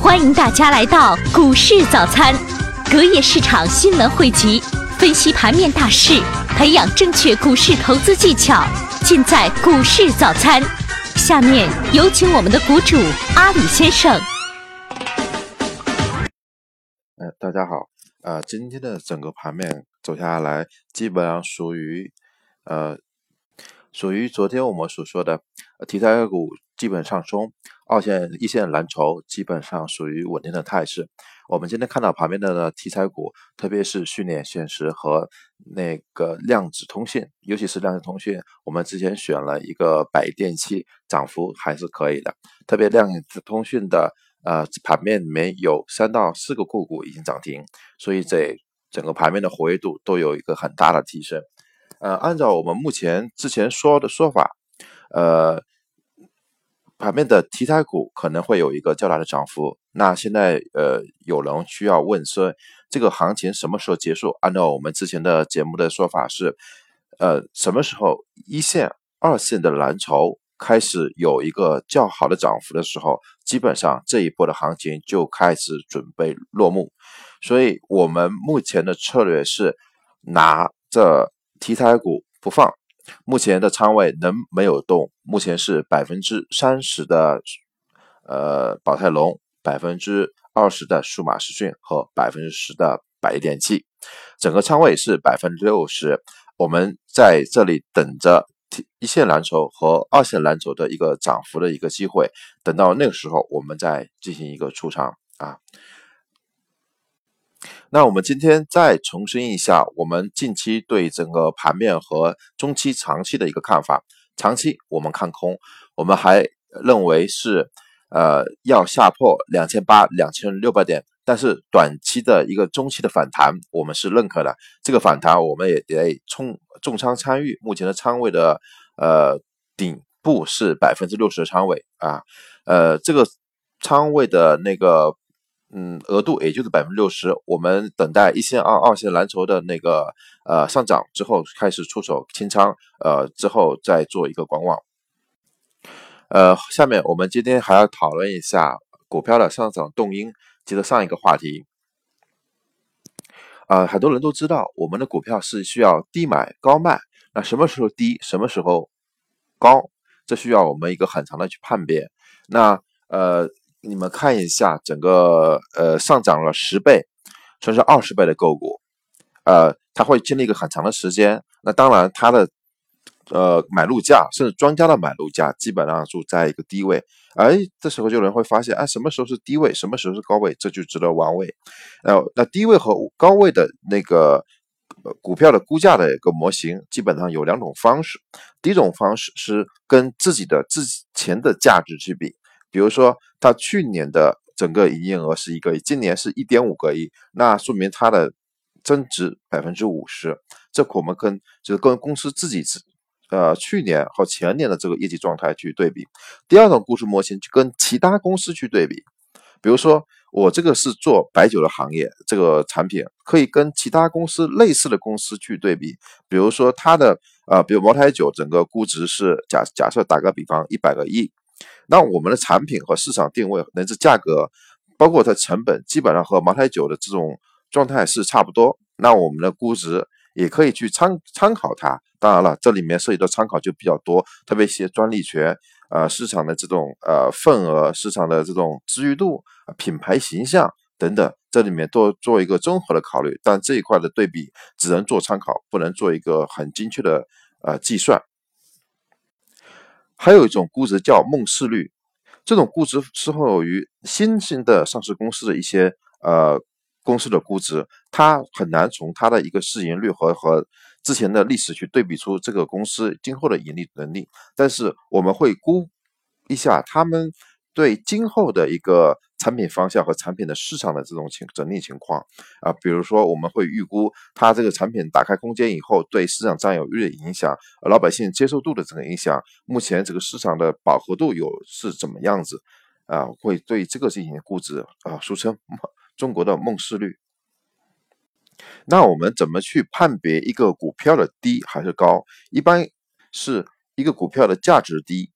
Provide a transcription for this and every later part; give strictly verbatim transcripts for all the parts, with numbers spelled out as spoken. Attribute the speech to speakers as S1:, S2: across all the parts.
S1: 欢迎大家来到股市早餐，隔夜市场新闻汇集，分析盘面大势，培养正确股市投资技巧，尽在股市早餐。下面有请我们的股主阿里先生。
S2: 呃，大家好，呃，今天的整个盘面走下来，基本上属于呃属于昨天我们所说的、呃、题材股基本上冲，二线一线蓝筹基本上属于稳定的态势。我们今天看到盘面的呢题材股，特别是讯联现实和那个量子通信，尤其是量子通信，我们之前选了一个百电器，涨幅还是可以的。特别量子通讯的呃盘面里面有三到四个个股已经涨停，所以这整个盘面的活跃度都有一个很大的提升。呃，按照我们目前之前说的说法，呃，盘面的题材股可能会有一个较大的涨幅。那现在呃，有人需要问说，这个行情什么时候结束？按照我们之前的节目的说法是，呃，什么时候一线、二线的蓝筹开始有一个较好的涨幅的时候，基本上这一波的行情就开始准备落幕。所以我们目前的策略是拿着题材股不放，目前的仓位能没有动，目前是百分之三十的呃宝泰隆，百分之二十的数码视讯和百分之十的百利电器，整个仓位是百分之六十。我们在这里等着一线蓝筹和二线蓝筹的一个涨幅的一个机会，等到那个时候我们再进行一个出场啊。那我们今天再重申一下我们近期对整个盘面和中期长期的一个看法。长期我们看空，我们还认为是呃要下破两千八百、两千六百点，但是短期的一个中期的反弹我们是认可的。这个反弹我们也得冲重仓参与，目前的仓位的呃顶部是百分之六十的仓位啊，呃这个仓位的那个嗯，额度也就是百分之六十，我们等待一线二、二线蓝筹的那个呃上涨之后开始出手清仓，呃之后再做一个观望。呃，下面我们今天还要讨论一下股票的上涨动因，接着上一个话题。呃，很多人都知道我们的股票是需要低买高卖，那什么时候低，什么时候高，这需要我们一个很长的去判别。那呃。你们看一下整个呃上涨了十倍甚至二十倍的个股，呃它会经历一个很长的时间。那当然它的呃买入价甚至专家的买入价基本上就在一个低位，而这时候就有人会发现，哎，什么时候是低位，什么时候是高位，这就值得玩味。呃那低位和高位的那个呃股票的估价的一个模型基本上有两种方式。第一种方式是跟自己的之前的价值去比，比如说它去年的整个营业额是一个亿，今年是 一点五个亿，那说明它的增值 百分之五十， 这我们跟就是跟公司自己呃去年和前年的这个业绩状态去对比。第二种估值模型就跟其他公司去对比，比如说我这个是做白酒的行业，这个产品可以跟其他公司类似的公司去对比，比如说它的呃比如茅台酒整个估值是假假设打个比方一百个亿，那我们的产品和市场定位乃至价格包括它成本基本上和茅台酒的这种状态是差不多，那我们的估值也可以去参参考它。当然了，这里面涉及的参考就比较多，特别一些专利权呃市场的这种呃份额，市场的这种知名度、品牌形象等等，这里面都做一个综合的考虑，但这一块的对比只能做参考，不能做一个很精确的呃计算。还有一种估值叫梦市率，这种估值适合于新兴的上市公司的一些呃公司的估值，它很难从它的一个市盈率和和之前的历史去对比出这个公司今后的盈利能力，但是我们会估一下他们对今后的一个产品方向和产品的市场的这种情整体情况啊，比如说我们会预估它这个产品打开空间以后对市场占有率的影响，老百姓接受度的这个影响，目前这个市场的饱和度有是怎么样子啊，会对这个进行估值啊，俗称中国的梦市率。那我们怎么去判别一个股票的低还是高？一般是一个股票的价值低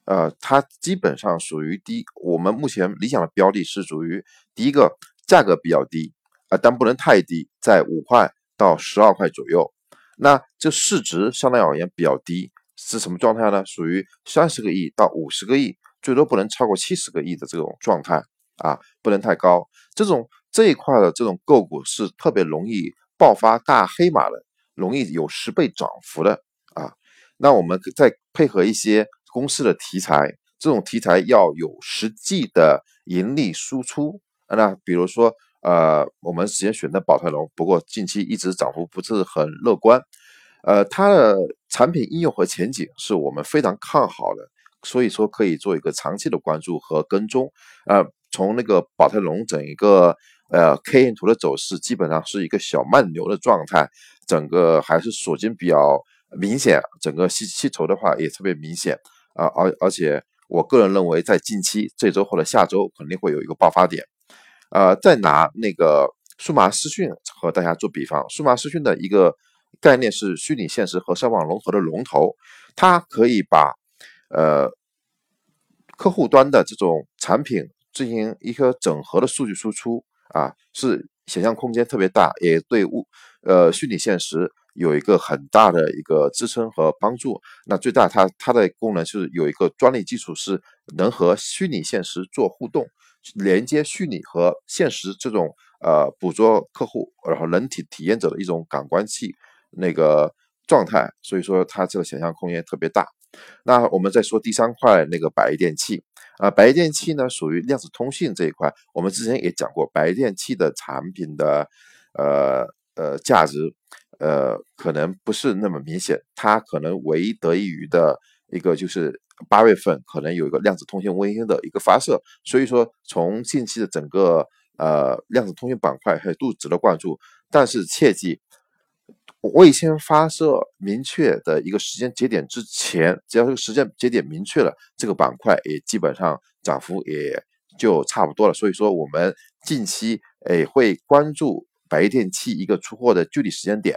S2: 呃，它基本上属于低，我们目前理想的标的是属于第一个价格比较低，啊、呃，但不能太低，在五块到十二块左右。那这市值相对而言比较低，是什么状态呢？属于三十个亿到五十个亿，最多不能超过七十个亿的这种状态啊，不能太高。这种这一块的这种个股是特别容易爆发大黑马的，容易有十倍涨幅的啊。那我们再配合一些公司的题材，这种题材要有实际的盈利输出。那比如说，呃，我们之前选的宝泰隆，不过近期一直涨幅不是很乐观。呃，它的产品应用和前景是我们非常看好的，所以说可以做一个长期的关注和跟踪。呃，从那个宝泰隆整一个呃 K 线图的走势，基本上是一个小慢牛的状态，整个还是锁金比较明显，整个吸吸筹的话也特别明显啊，而而且我个人认为，在近期这周或者下周肯定会有一个爆发点。呃，再拿那个数码视讯和大家做比方，数码视讯的一个概念是虚拟现实和上网融合的龙头，它可以把呃客户端的这种产品进行一个整合的数据输出啊，是想象空间特别大，也对物呃虚拟现实有一个很大的一个支撑和帮助。那最大它它的功能是有一个专利技术，是能和虚拟现实做互动，连接虚拟和现实这种呃捕捉客户然后人体体验者的一种感官器那个状态，所以说它这个想象空间特别大。那我们再说第三块那个百亿电器啊、呃，百亿电器呢属于量子通信这一块，我们之前也讲过，百亿电器的产品的呃呃价值呃可能不是那么明显，它可能唯一得益于的一个就是八月份可能有一个量子通信卫星的一个发射，所以说从近期的整个呃量子通信板块还都值得关注，但是切记。卫星发射明确的一个时间节点之前，只要这个时间节点明确了，这个板块也基本上涨幅也就差不多了。所以说，我们近期诶会关注百亿电器一个出货的具体时间点。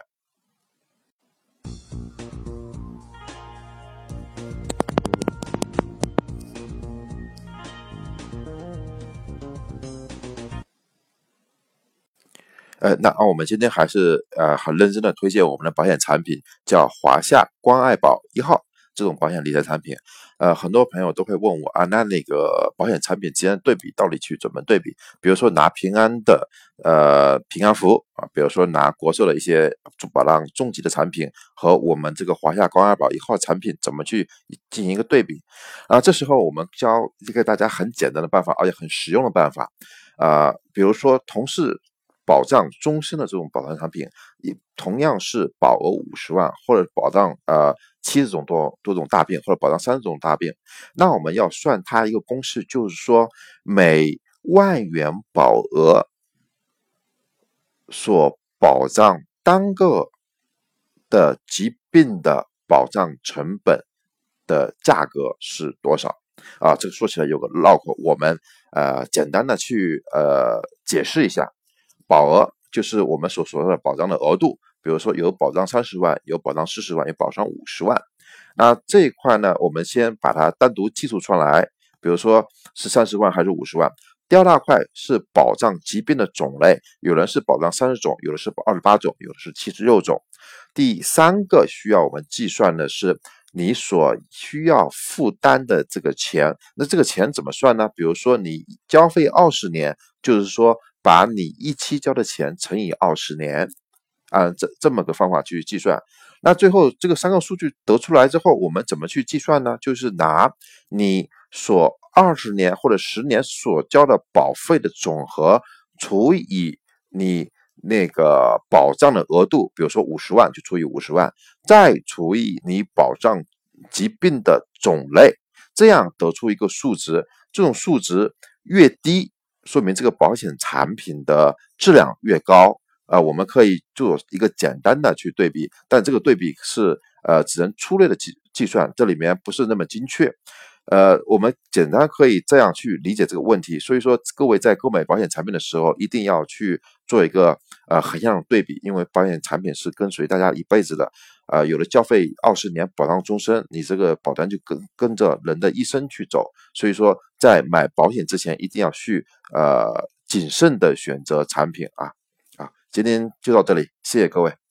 S2: 呃，那我们今天还是呃很认真的推荐我们的保险产品，叫华夏关爱保一号这种保险理财产品。呃，很多朋友都会问我啊，那那个保险产品之间对比到底去怎么对比？比如说拿平安的呃平安符啊，比如说拿国寿的一些保障重疾的产品和我们这个华夏关爱保一号产品怎么去进行一个对比啊？这时候我们教一个大家很简单的办法，而且很实用的办法啊，比如说同事。保障终身的这种保障产品，也同样是保额五十万，或者保障呃七十种多多种大病，或者保障三十种大病。那我们要算它一个公式，就是说每万元保额所保障单个的疾病的保障成本的价格是多少啊？这个说起来有个绕口，我们呃简单的去呃解释一下。保额就是我们所说的保障的额度，比如说有保障三十万，有保障四十万，有保障五十万。那这一块呢，我们先把它单独计数出来，比如说是三十万还是五十万。第二大块是保障疾病的种类，有人是保障三十种，有的是二十八种，有的是七十六种。第三个需要我们计算的是你所需要负担的这个钱，那这个钱怎么算呢？比如说你交费二十年，就是说把你一期交的钱乘以二十年，啊，这这么个方法去计算。那最后这个三个数据得出来之后，我们怎么去计算呢？就是拿你所二十年或者十年所交的保费的总和除以你那个保障的额度，比如说五十万就除以五十万，再除以你保障疾病的种类，这样得出一个数值。这种数值越低，说明这个保险产品的质量越高。呃，我们可以做一个简单的去对比，但这个对比是呃只能粗略的计计算，这里面不是那么精确。 呃，我们简单可以这样去理解这个问题。所以说，各位在购买保险产品的时候，一定要去做一个呃横向的对比，因为保险产品是跟随大家一辈子的，呃，有了交费二十年，保障终身，你这个保单就跟跟着人的一生去走。所以说，在买保险之前，一定要去呃谨慎的选择产品啊啊！今天就到这里，谢谢各位。